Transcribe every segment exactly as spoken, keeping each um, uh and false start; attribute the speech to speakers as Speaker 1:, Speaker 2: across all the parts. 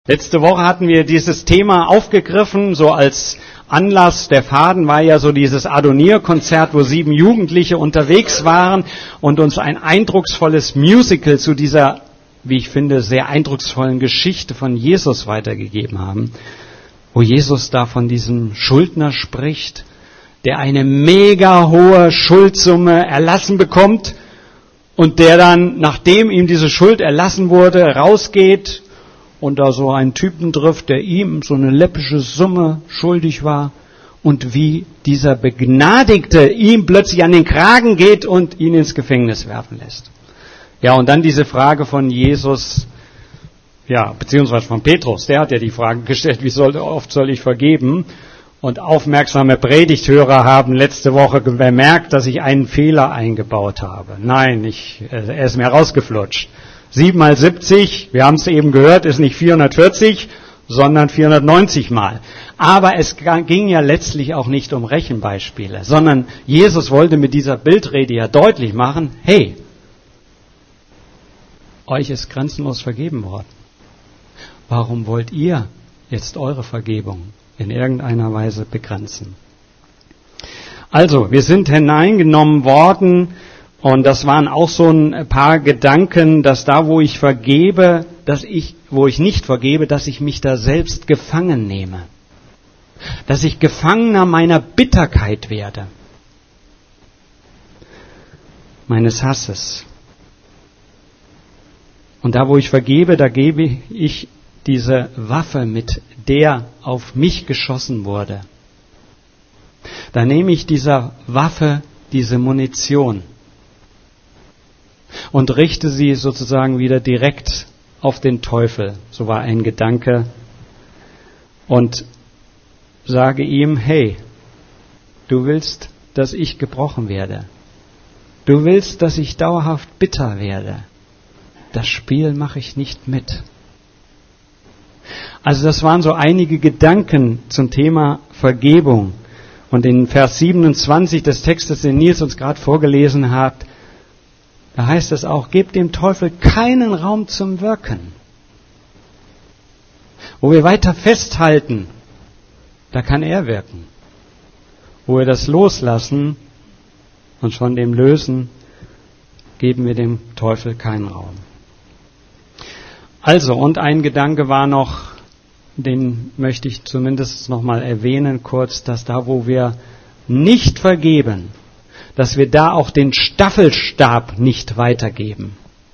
Speaker 1: Letzte Woche hatten wir dieses Thema aufgegriffen, so als Anlass. Der Faden war ja so dieses Adonir-Konzert, wo sieben Jugendliche unterwegs waren und uns ein eindrucksvolles Musical zu dieser, wie ich finde, sehr eindrucksvollen Geschichte von Jesus weitergegeben haben, wo Jesus da von diesem Schuldner spricht, der eine mega hohe Schuldsumme erlassen bekommt und der dann, nachdem ihm diese Schuld erlassen wurde, rausgeht und da so einen Typen trifft, der ihm so eine läppische Summe schuldig war und wie dieser Begnadigte ihm plötzlich an den Kragen geht und ihn ins Gefängnis werfen lässt. Ja, und dann diese Frage von Jesus, ja, beziehungsweise von Petrus, der hat ja die Frage gestellt, wie soll, oft soll ich vergeben? Und aufmerksame Predigthörer haben letzte Woche bemerkt, dass ich einen Fehler eingebaut habe. Nein, ich, er ist mir rausgeflutscht. sieben mal siebzig, wir haben es eben gehört, ist nicht vierhundertvierzig, sondern vierhundertneunzig Mal. Aber es ging ja letztlich auch nicht um Rechenbeispiele, sondern Jesus wollte mit dieser Bildrede ja deutlich machen, hey, euch ist grenzenlos vergeben worden. Warum wollt ihr jetzt eure Vergebung in irgendeiner Weise begrenzen? Also, wir sind hineingenommen worden. Und das waren auch so ein paar Gedanken, dass da, wo ich vergebe, dass ich, wo ich nicht vergebe, dass ich mich da selbst gefangen nehme. Dass ich Gefangener meiner Bitterkeit werde. Meines Hasses. Und da, wo ich vergebe, da gebe ich diese Waffe, mit der auf mich geschossen wurde. Da nehme ich dieser Waffe diese Munition und richte sie sozusagen wieder direkt auf den Teufel. So war ein Gedanke. Und sage ihm, hey, du willst, dass ich gebrochen werde. Du willst, dass ich dauerhaft bitter werde. Das Spiel mache ich nicht mit. Also das waren so einige Gedanken zum Thema Vergebung. Und in Vers siebenundzwanzig des Textes, den Nils uns gerade vorgelesen hat, da heißt es auch, gebt dem Teufel keinen Raum zum Wirken. Wo wir weiter festhalten, da kann er wirken. Wo wir das loslassen und von dem lösen, geben wir dem Teufel keinen Raum. Also, und ein Gedanke war noch, den möchte ich zumindest nochmal erwähnen kurz, dass da, wo wir nicht vergeben, dass wir da auch den Staffelstab nicht weitergeben.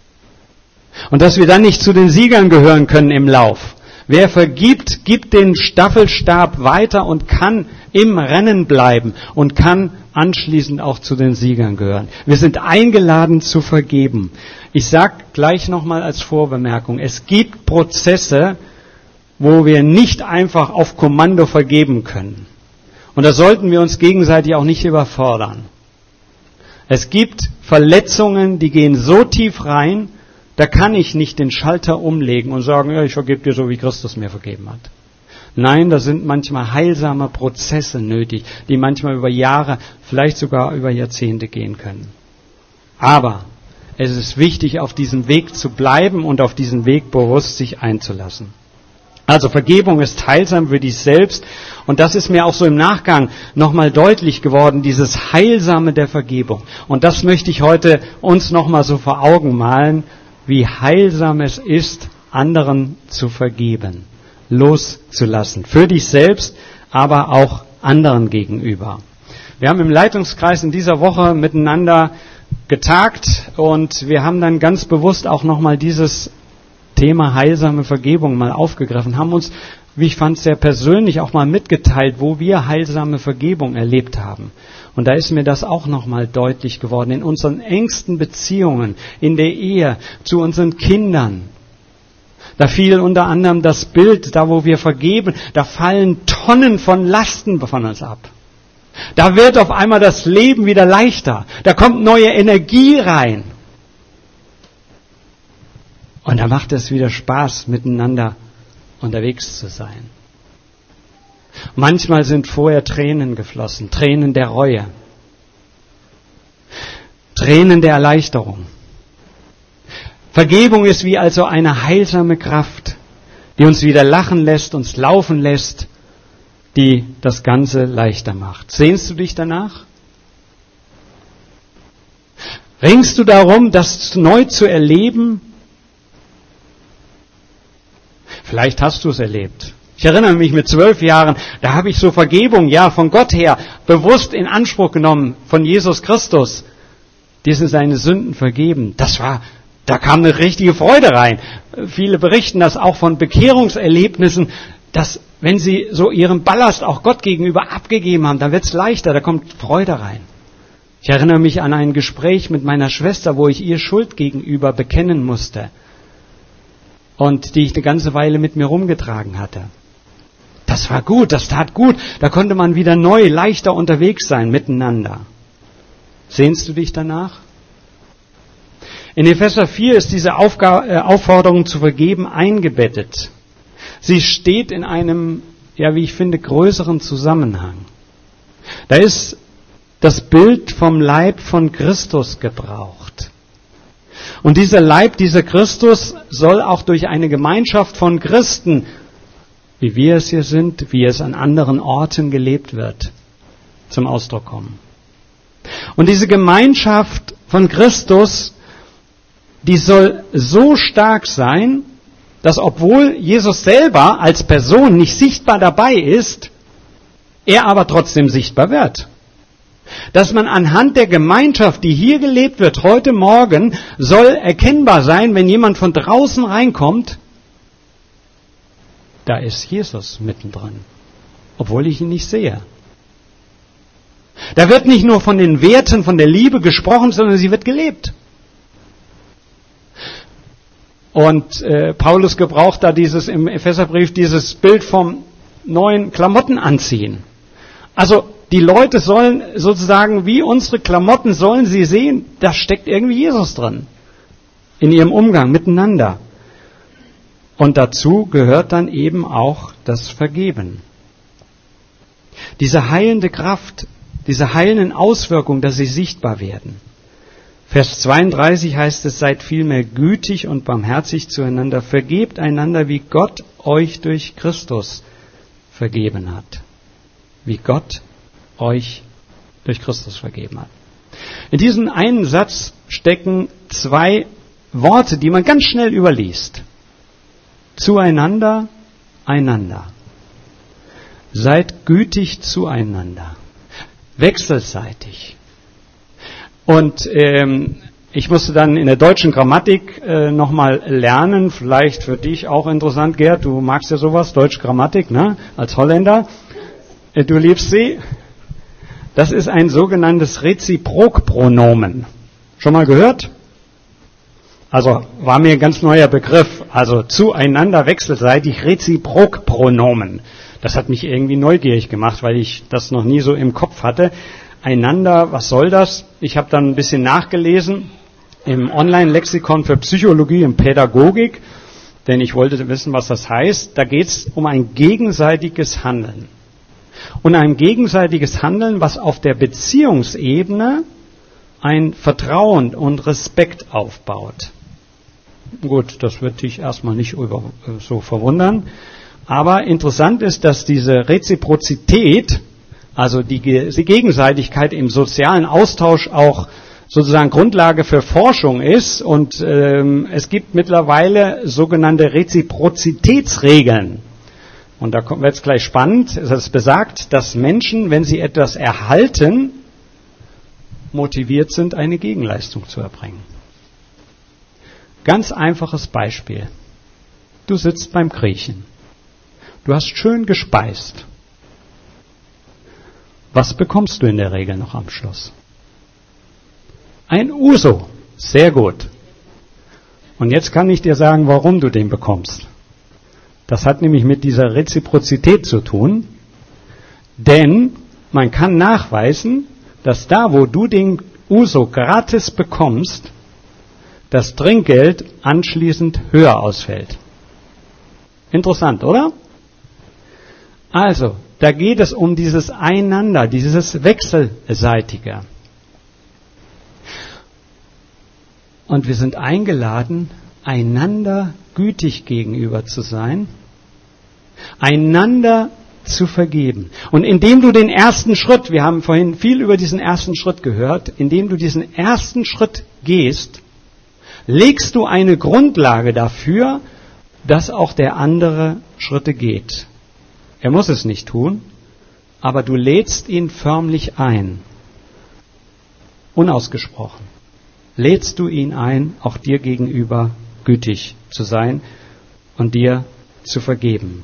Speaker 1: Und dass wir dann nicht zu den Siegern gehören können im Lauf. Wer vergibt, gibt den Staffelstab weiter und kann im Rennen bleiben und kann anschließend auch zu den Siegern gehören. Wir sind eingeladen zu vergeben. Ich sage gleich nochmal als Vorbemerkung, es gibt Prozesse, wo wir nicht einfach auf Kommando vergeben können. Und da sollten wir uns gegenseitig auch nicht überfordern. Es gibt Verletzungen, die gehen so tief rein, da kann ich nicht den Schalter umlegen und sagen, ja, ich vergebe dir so, wie Christus mir vergeben hat. Nein, da sind manchmal heilsame Prozesse nötig, die manchmal über Jahre, vielleicht sogar über Jahrzehnte gehen können. Aber es ist wichtig, auf diesem Weg zu bleiben und auf diesen Weg bewusst sich einzulassen. Also Vergebung ist heilsam für dich selbst und das ist mir auch so im Nachgang nochmal deutlich geworden, dieses Heilsame der Vergebung. Und das möchte ich heute uns nochmal so vor Augen malen, wie heilsam es ist, anderen zu vergeben, loszulassen. Für dich selbst, aber auch anderen gegenüber. Wir haben im Leitungskreis in dieser Woche miteinander getagt und wir haben dann ganz bewusst auch nochmal dieses Thema heilsame Vergebung mal aufgegriffen, haben uns, wie ich fand, sehr persönlich auch mal mitgeteilt, wo wir heilsame Vergebung erlebt haben. Und da ist mir das auch nochmal deutlich geworden, in unseren engsten Beziehungen, in der Ehe, zu unseren Kindern. Da fiel unter anderem das Bild, da wo wir vergeben, da fallen Tonnen von Lasten von uns ab. Da wird auf einmal das Leben wieder leichter, da kommt neue Energie rein. Und da macht es wieder Spaß, miteinander unterwegs zu sein. Manchmal sind vorher Tränen geflossen, Tränen der Reue, Tränen der Erleichterung. Vergebung ist wie also eine heilsame Kraft, die uns wieder lachen lässt, uns laufen lässt, die das Ganze leichter macht. Sehnst du dich danach? Ringst du darum, das neu zu erleben? Vielleicht hast du es erlebt. Ich erinnere mich mit zwölf Jahren, da habe ich so Vergebung, ja, von Gott her, bewusst in Anspruch genommen, von Jesus Christus. Dir sind seine Sünden vergeben. Das war, da kam eine richtige Freude rein. Viele berichten das auch von Bekehrungserlebnissen, dass wenn sie so ihren Ballast auch Gott gegenüber abgegeben haben, dann wird es leichter, da kommt Freude rein. Ich erinnere mich an ein Gespräch mit meiner Schwester, wo ich ihr Schuld gegenüber bekennen musste und die ich eine ganze Weile mit mir rumgetragen hatte. Das war gut, das tat gut, da konnte man wieder neu, leichter unterwegs sein miteinander. Sehnst du dich danach? In Epheser vier ist diese Aufga- äh, Aufforderung zu vergeben eingebettet. Sie steht in einem, ja, wie ich finde, größeren Zusammenhang. Da ist das Bild vom Leib von Christus gebraucht. Und dieser Leib, dieser Christus soll auch durch eine Gemeinschaft von Christen, wie wir es hier sind, wie es an anderen Orten gelebt wird, zum Ausdruck kommen. Und diese Gemeinschaft von Christus, die soll so stark sein, dass obwohl Jesus selber als Person nicht sichtbar dabei ist, er aber trotzdem sichtbar wird. Dass man anhand der Gemeinschaft, die hier gelebt wird, heute Morgen, soll erkennbar sein, wenn jemand von draußen reinkommt, da ist Jesus mittendrin, obwohl ich ihn nicht sehe. Da wird nicht nur von den Werten, von der Liebe gesprochen, sondern sie wird gelebt. Und äh, Paulus gebraucht da dieses im Epheserbrief dieses Bild vom neuen Klamotten anziehen. Also die Leute sollen sozusagen wie unsere Klamotten sollen sie sehen, da steckt irgendwie Jesus drin in ihrem Umgang miteinander. Und dazu gehört dann eben auch das Vergeben. Diese heilende Kraft, diese heilenden Auswirkungen, dass sie sichtbar werden. Vers zweiunddreißig heißt es, seid vielmehr gütig und barmherzig zueinander, vergebt einander, wie Gott euch durch Christus vergeben hat. Wie Gott euch durch Christus vergeben hat. In diesem einen Satz stecken zwei Worte, die man ganz schnell überliest. Zueinander, einander. Seid gütig zueinander. Wechselseitig. Und ähm, ich musste dann in der deutschen Grammatik äh, nochmal lernen, vielleicht für dich auch interessant, Gerd, du magst ja sowas, deutsche Grammatik, ne? Als Holländer. Äh, du liebst sie. Das ist ein sogenanntes Reziprokpronomen. Schon mal gehört? Also war mir ein ganz neuer Begriff. Also zueinander wechselseitig Reziprokpronomen. Das hat mich irgendwie neugierig gemacht, weil ich das noch nie so im Kopf hatte. Einander, was soll das? Ich habe dann ein bisschen nachgelesen im Online-Lexikon für Psychologie und Pädagogik, denn ich wollte wissen, was das heißt. Da geht es um ein gegenseitiges Handeln. Und ein gegenseitiges Handeln, was auf der Beziehungsebene ein Vertrauen und Respekt aufbaut. Gut, das wird dich erstmal nicht über, so verwundern. Aber interessant ist, dass diese Reziprozität, also die, die Gegenseitigkeit im sozialen Austausch auch sozusagen Grundlage für Forschung ist. Und ähm, es gibt mittlerweile sogenannte Reziprozitätsregeln. Und da wird es gleich spannend. Es besagt, dass Menschen, wenn sie etwas erhalten, motiviert sind, eine Gegenleistung zu erbringen. Ganz einfaches Beispiel. Du sitzt beim Griechen. Du hast schön gespeist. Was bekommst du in der Regel noch am Schluss? Ein Uso. Sehr gut. Und jetzt kann ich dir sagen, warum du den bekommst. Das hat nämlich mit dieser Reziprozität zu tun. Denn man kann nachweisen, dass da, wo du den Uso gratis bekommst, das Trinkgeld anschließend höher ausfällt. Interessant, oder? Also, da geht es um dieses Einander, dieses Wechselseitige. Und wir sind eingeladen, einander gütig gegenüber zu sein einander zu vergeben. Und indem du den ersten Schritt, wir haben vorhin viel über diesen ersten Schritt gehört, indem du diesen ersten Schritt gehst, legst du eine Grundlage dafür, dass auch der andere Schritte geht. Er muss es nicht tun, aber du lädst ihn förmlich ein. Unausgesprochen. Lädst du ihn ein, auch dir gegenüber gütig zu sein und dir zu vergeben.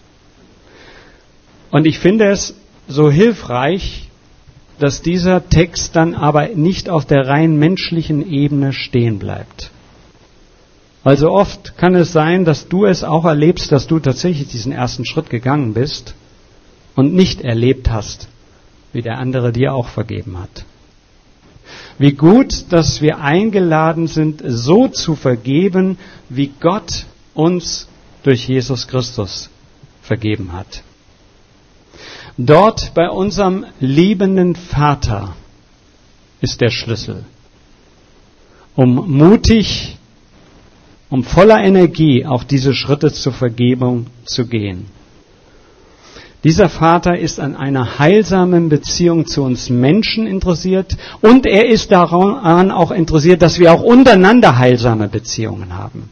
Speaker 1: Und ich finde es so hilfreich, dass dieser Text dann aber nicht auf der rein menschlichen Ebene stehen bleibt. Also oft kann es sein, dass du es auch erlebst, dass du tatsächlich diesen ersten Schritt gegangen bist und nicht erlebt hast, wie der andere dir auch vergeben hat. Wie gut, dass wir eingeladen sind, so zu vergeben, wie Gott uns durch Jesus Christus vergeben hat. Dort bei unserem liebenden Vater ist der Schlüssel, um mutig, um voller Energie auch diese Schritte zur Vergebung zu gehen. Dieser Vater ist an einer heilsamen Beziehung zu uns Menschen interessiert und er ist daran auch interessiert, dass wir auch untereinander heilsame Beziehungen haben.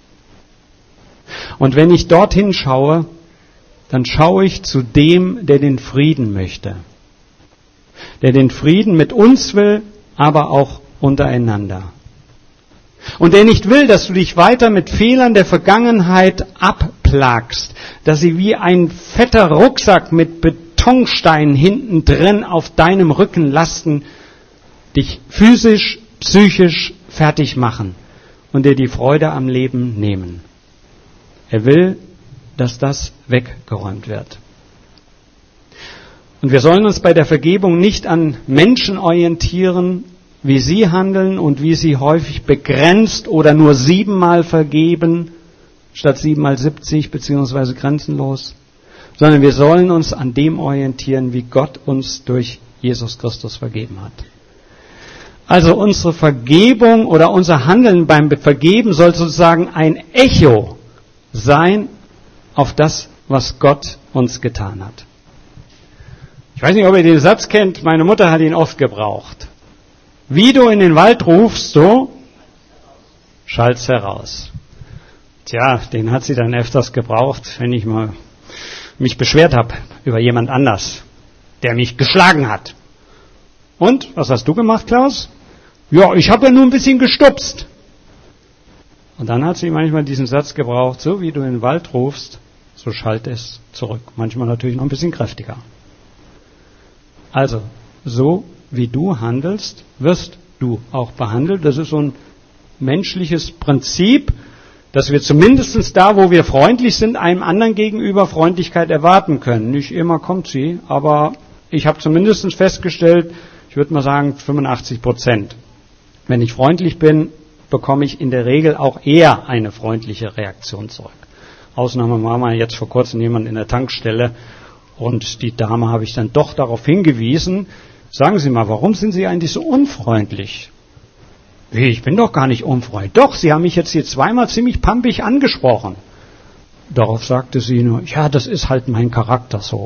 Speaker 1: Und wenn ich dorthin schaue, dann schaue ich zu dem, der den Frieden möchte. Der den Frieden mit uns will, aber auch untereinander. Und der nicht will, dass du dich weiter mit Fehlern der Vergangenheit abplagst, dass sie wie ein fetter Rucksack mit Betonsteinen hinten drin auf deinem Rücken lasten, dich physisch, psychisch fertig machen und dir die Freude am Leben nehmen. Er will, dass das weggeräumt wird. Und wir sollen uns bei der Vergebung nicht an Menschen orientieren, wie sie handeln und wie sie häufig begrenzt oder nur siebenmal vergeben, statt siebenmal siebzig beziehungsweise grenzenlos, sondern wir sollen uns an dem orientieren, wie Gott uns durch Jesus Christus vergeben hat. Also unsere Vergebung oder unser Handeln beim Vergeben soll sozusagen ein Echo sein auf das, was Gott uns getan hat. Ich weiß nicht, ob ihr den Satz kennt, meine Mutter hat ihn oft gebraucht. Wie du in den Wald rufst, so schallt's heraus. Tja, den hat sie dann öfters gebraucht, wenn ich mal mich beschwert habe über jemand anders, der mich geschlagen hat. Und, was hast du gemacht, Klaus? Ja, ich habe ja nur ein bisschen gestupst. Und dann hat sie manchmal diesen Satz gebraucht, so wie du in den Wald rufst, so schallt es zurück. Manchmal natürlich noch ein bisschen kräftiger. Also, so wie du handelst, wirst du auch behandelt. Das ist so ein menschliches Prinzip, dass wir zumindest da, wo wir freundlich sind, einem anderen gegenüber Freundlichkeit erwarten können. Nicht immer kommt sie, aber ich habe zumindest festgestellt, ich würde mal sagen fünfundachtzig Prozent. Wenn ich freundlich bin, bekomme ich in der Regel auch eher eine freundliche Reaktion zurück. Ausnahme war mal jetzt vor kurzem jemand in der Tankstelle und die Dame habe ich dann doch darauf hingewiesen, sagen Sie mal, warum sind Sie eigentlich so unfreundlich? Wie, ich bin doch gar nicht unfreundlich. Doch, Sie haben mich jetzt hier zweimal ziemlich pampig angesprochen. Darauf sagte sie nur, ja, das ist halt mein Charakter so.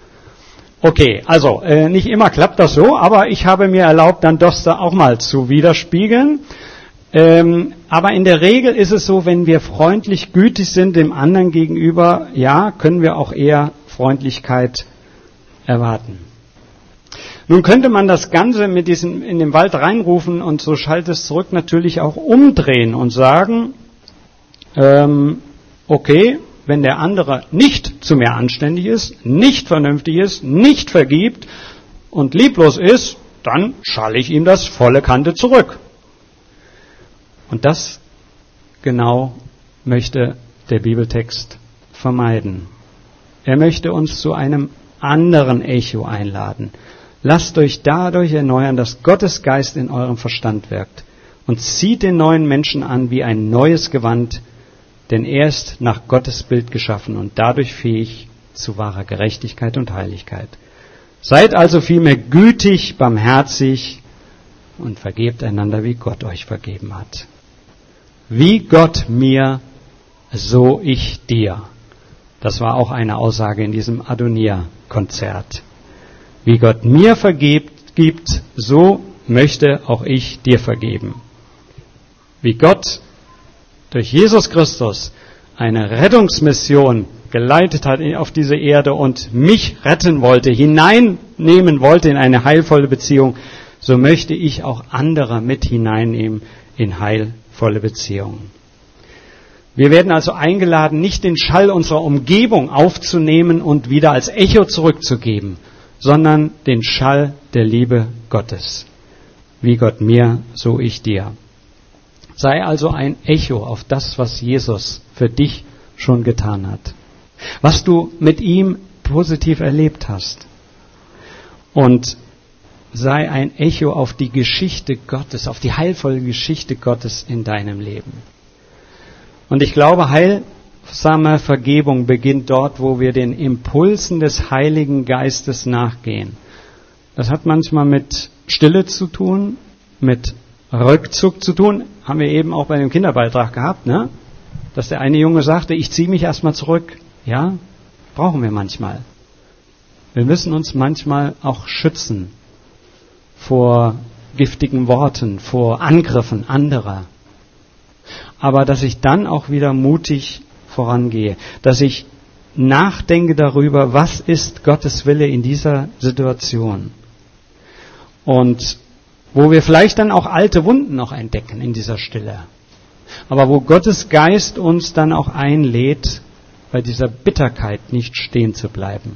Speaker 1: Okay, also äh, nicht immer klappt das so, aber ich habe mir erlaubt, dann doch da auch mal zu widerspiegeln. Ähm, aber in der Regel ist es so, wenn wir freundlich, gütig sind dem anderen gegenüber, ja, können wir auch eher Freundlichkeit erwarten. Nun könnte man das Ganze mit diesem in den Wald reinrufen und so schallt es zurück natürlich auch umdrehen und sagen, ähm, okay, wenn der andere nicht zu mir anständig ist, nicht vernünftig ist, nicht vergibt und lieblos ist, dann schalle ich ihm das volle Kante zurück. Und das genau möchte der Bibeltext vermeiden. Er möchte uns zu einem anderen Echo einladen. Lasst euch dadurch erneuern, dass Gottes Geist in eurem Verstand wirkt und zieht den neuen Menschen an wie ein neues Gewand, denn er ist nach Gottes Bild geschaffen und dadurch fähig zu wahrer Gerechtigkeit und Heiligkeit. Seid also vielmehr gütig, barmherzig und vergebt einander, wie Gott euch vergeben hat. Wie Gott mir, so ich dir. Das war auch eine Aussage in diesem Adonia-Konzert. Wie Gott mir vergibt, gibt, so möchte auch ich dir vergeben. Wie Gott durch Jesus Christus eine Rettungsmission geleitet hat auf diese Erde und mich retten wollte, hineinnehmen wollte in eine heilvolle Beziehung, so möchte ich auch andere mit hineinnehmen in heilvolle Beziehungen. Wir werden also eingeladen, nicht den Schall unserer Umgebung aufzunehmen und wieder als Echo zurückzugeben, sondern den Schall der Liebe Gottes. Wie Gott mir, so ich dir. Sei also ein Echo auf das, was Jesus für dich schon getan hat. Was du mit ihm positiv erlebt hast. Und sei ein Echo auf die Geschichte Gottes, auf die heilvolle Geschichte Gottes in deinem Leben. Und ich glaube, heilsame Vergebung beginnt dort, wo wir den Impulsen des Heiligen Geistes nachgehen. Das hat manchmal mit Stille zu tun, mit Rückzug zu tun. Haben wir eben auch bei dem Kinderbeitrag gehabt, ne? Dass der eine Junge sagte, ich ziehe mich erstmal zurück. Ja, brauchen wir manchmal. Wir müssen uns manchmal auch schützen vor giftigen Worten, vor Angriffen anderer. Aber dass ich dann auch wieder mutig vorangehe, dass ich nachdenke darüber, was ist Gottes Wille in dieser Situation. Und wo wir vielleicht dann auch alte Wunden noch entdecken in dieser Stille. Aber wo Gottes Geist uns dann auch einlädt, bei dieser Bitterkeit nicht stehen zu bleiben.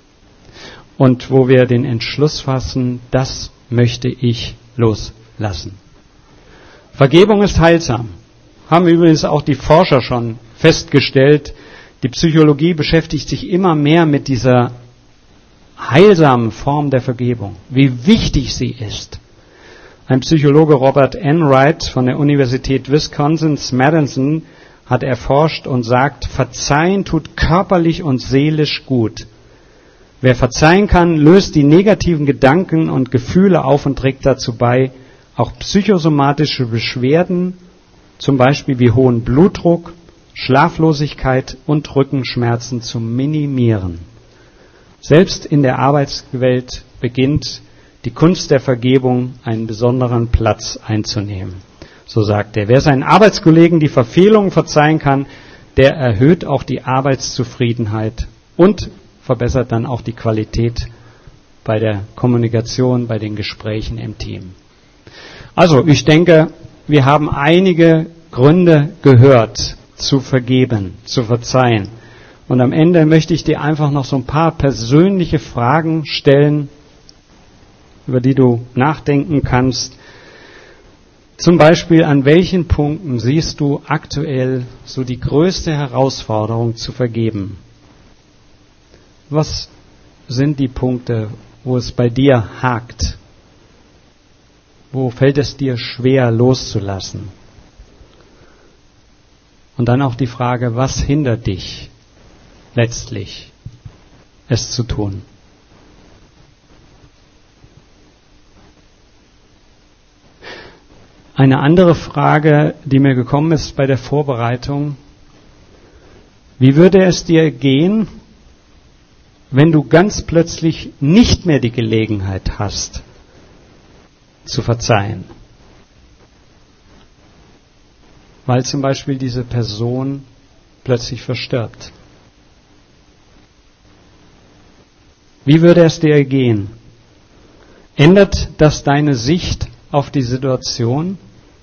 Speaker 1: Und wo wir den Entschluss fassen, das möchte ich loslassen. Vergebung ist heilsam. Haben übrigens auch die Forscher schon festgestellt. Die Psychologie beschäftigt sich immer mehr mit dieser heilsamen Form der Vergebung. Wie wichtig sie ist. Ein Psychologe, Robert Enright von der Universität Wisconsin-Madison, hat erforscht und sagt, Verzeihen tut körperlich und seelisch gut. Wer verzeihen kann, löst die negativen Gedanken und Gefühle auf und trägt dazu bei, auch psychosomatische Beschwerden, zum Beispiel wie hohen Blutdruck, Schlaflosigkeit und Rückenschmerzen zu minimieren. Selbst in der Arbeitswelt beginnt die Kunst der Vergebung einen besonderen Platz einzunehmen. So sagt er, wer seinen Arbeitskollegen die Verfehlungen verzeihen kann, der erhöht auch die Arbeitszufriedenheit und verbessert dann auch die Qualität bei der Kommunikation, bei den Gesprächen im Team. Also, ich denke, wir haben einige Gründe gehört, zu vergeben, zu verzeihen. Und am Ende möchte ich dir einfach noch so ein paar persönliche Fragen stellen, über die du nachdenken kannst. Zum Beispiel, an welchen Punkten siehst du aktuell so die größte Herausforderung zu vergeben? Was sind die Punkte, wo es bei dir hakt? Wo fällt es dir schwer loszulassen? Und dann auch die Frage, was hindert dich letztlich, es zu tun? Eine andere Frage, die mir gekommen ist bei der Vorbereitung: Wie würde es dir gehen, wenn du ganz plötzlich nicht mehr die Gelegenheit hast, zu verzeihen? Weil zum Beispiel diese Person plötzlich verstirbt. Wie würde es dir gehen? Ändert das deine Sicht auf die Situation,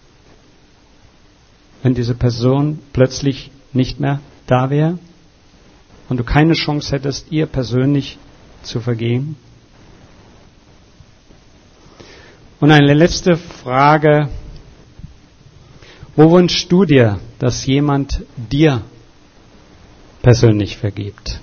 Speaker 1: wenn diese Person plötzlich nicht mehr da wäre und du keine Chance hättest, ihr persönlich zu vergeben? Und eine letzte Frage: Wo wünschst du dir, dass jemand dir persönlich vergibt?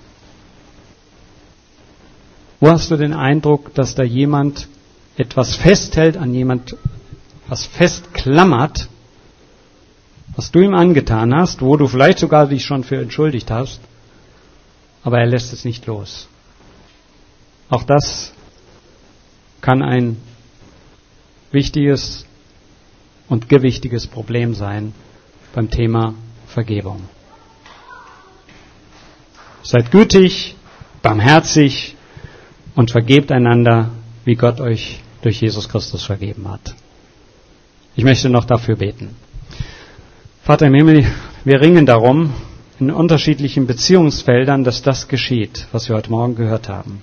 Speaker 1: Wo hast du den Eindruck, dass da jemand etwas festhält, an jemand was festklammert, was du ihm angetan hast, wo du vielleicht sogar dich schon für entschuldigt hast, aber er lässt es nicht los? Auch das kann ein wichtiges und gewichtiges Problem sein beim Thema Vergebung. Seid gütig, barmherzig und vergebt einander, wie Gott euch durch Jesus Christus vergeben hat. Ich möchte noch dafür beten. Vater im Himmel, wir ringen darum, in unterschiedlichen Beziehungsfeldern, dass das geschieht, was wir heute Morgen gehört haben.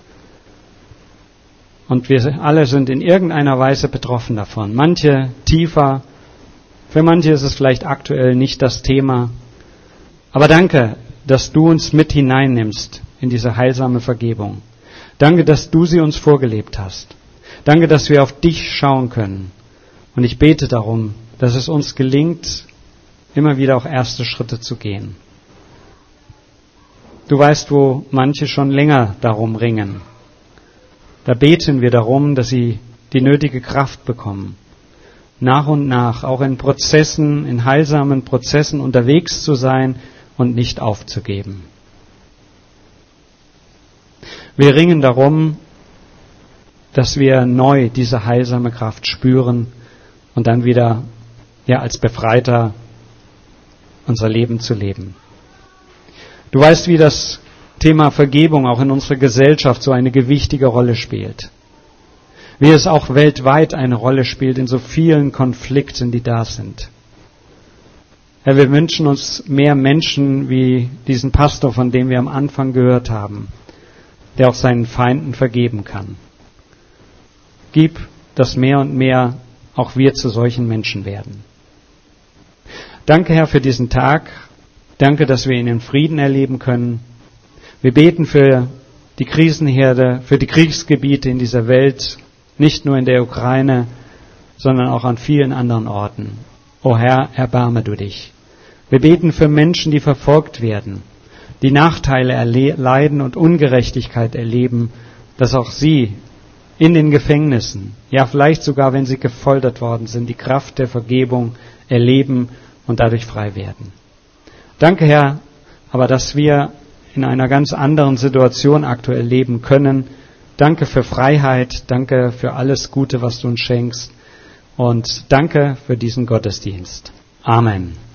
Speaker 1: Und wir alle sind in irgendeiner Weise betroffen davon. Manche tiefer, für manche ist es vielleicht aktuell nicht das Thema. Aber danke, dass du uns mit hineinnimmst in diese heilsame Vergebung. Danke, dass du sie uns vorgelebt hast. Danke, dass wir auf dich schauen können. Und ich bete darum, dass es uns gelingt, immer wieder auch erste Schritte zu gehen. Du weißt, wo manche schon länger darum ringen. Da beten wir darum, dass sie die nötige Kraft bekommen, nach und nach auch in Prozessen, in heilsamen Prozessen unterwegs zu sein und nicht aufzugeben. Wir ringen darum, dass wir neu diese heilsame Kraft spüren und dann wieder ja als Befreiter unser Leben zu leben. Du weißt, wie das Thema Vergebung auch in unserer Gesellschaft so eine gewichtige Rolle spielt. Wie es auch weltweit eine Rolle spielt in so vielen Konflikten, die da sind. Herr, wir wünschen uns mehr Menschen wie diesen Pastor, von dem wir am Anfang gehört haben, der auch seinen Feinden vergeben kann. Gib, dass mehr und mehr auch wir zu solchen Menschen werden. Danke, Herr, für diesen Tag. Danke, dass wir ihn in Frieden erleben können. Wir beten für die Krisenherde, für die Kriegsgebiete in dieser Welt, nicht nur in der Ukraine, sondern auch an vielen anderen Orten. O Herr, erbarme du dich. Wir beten für Menschen, die verfolgt werden, die Nachteile erleiden und Ungerechtigkeit erleben, dass auch sie in den Gefängnissen, ja vielleicht sogar, wenn sie gefoltert worden sind, die Kraft der Vergebung erleben und dadurch frei werden. Danke, Herr, aber dass wir in einer ganz anderen Situation aktuell leben können. Danke für Freiheit, danke für alles Gute, was du uns schenkst und danke für diesen Gottesdienst. Amen.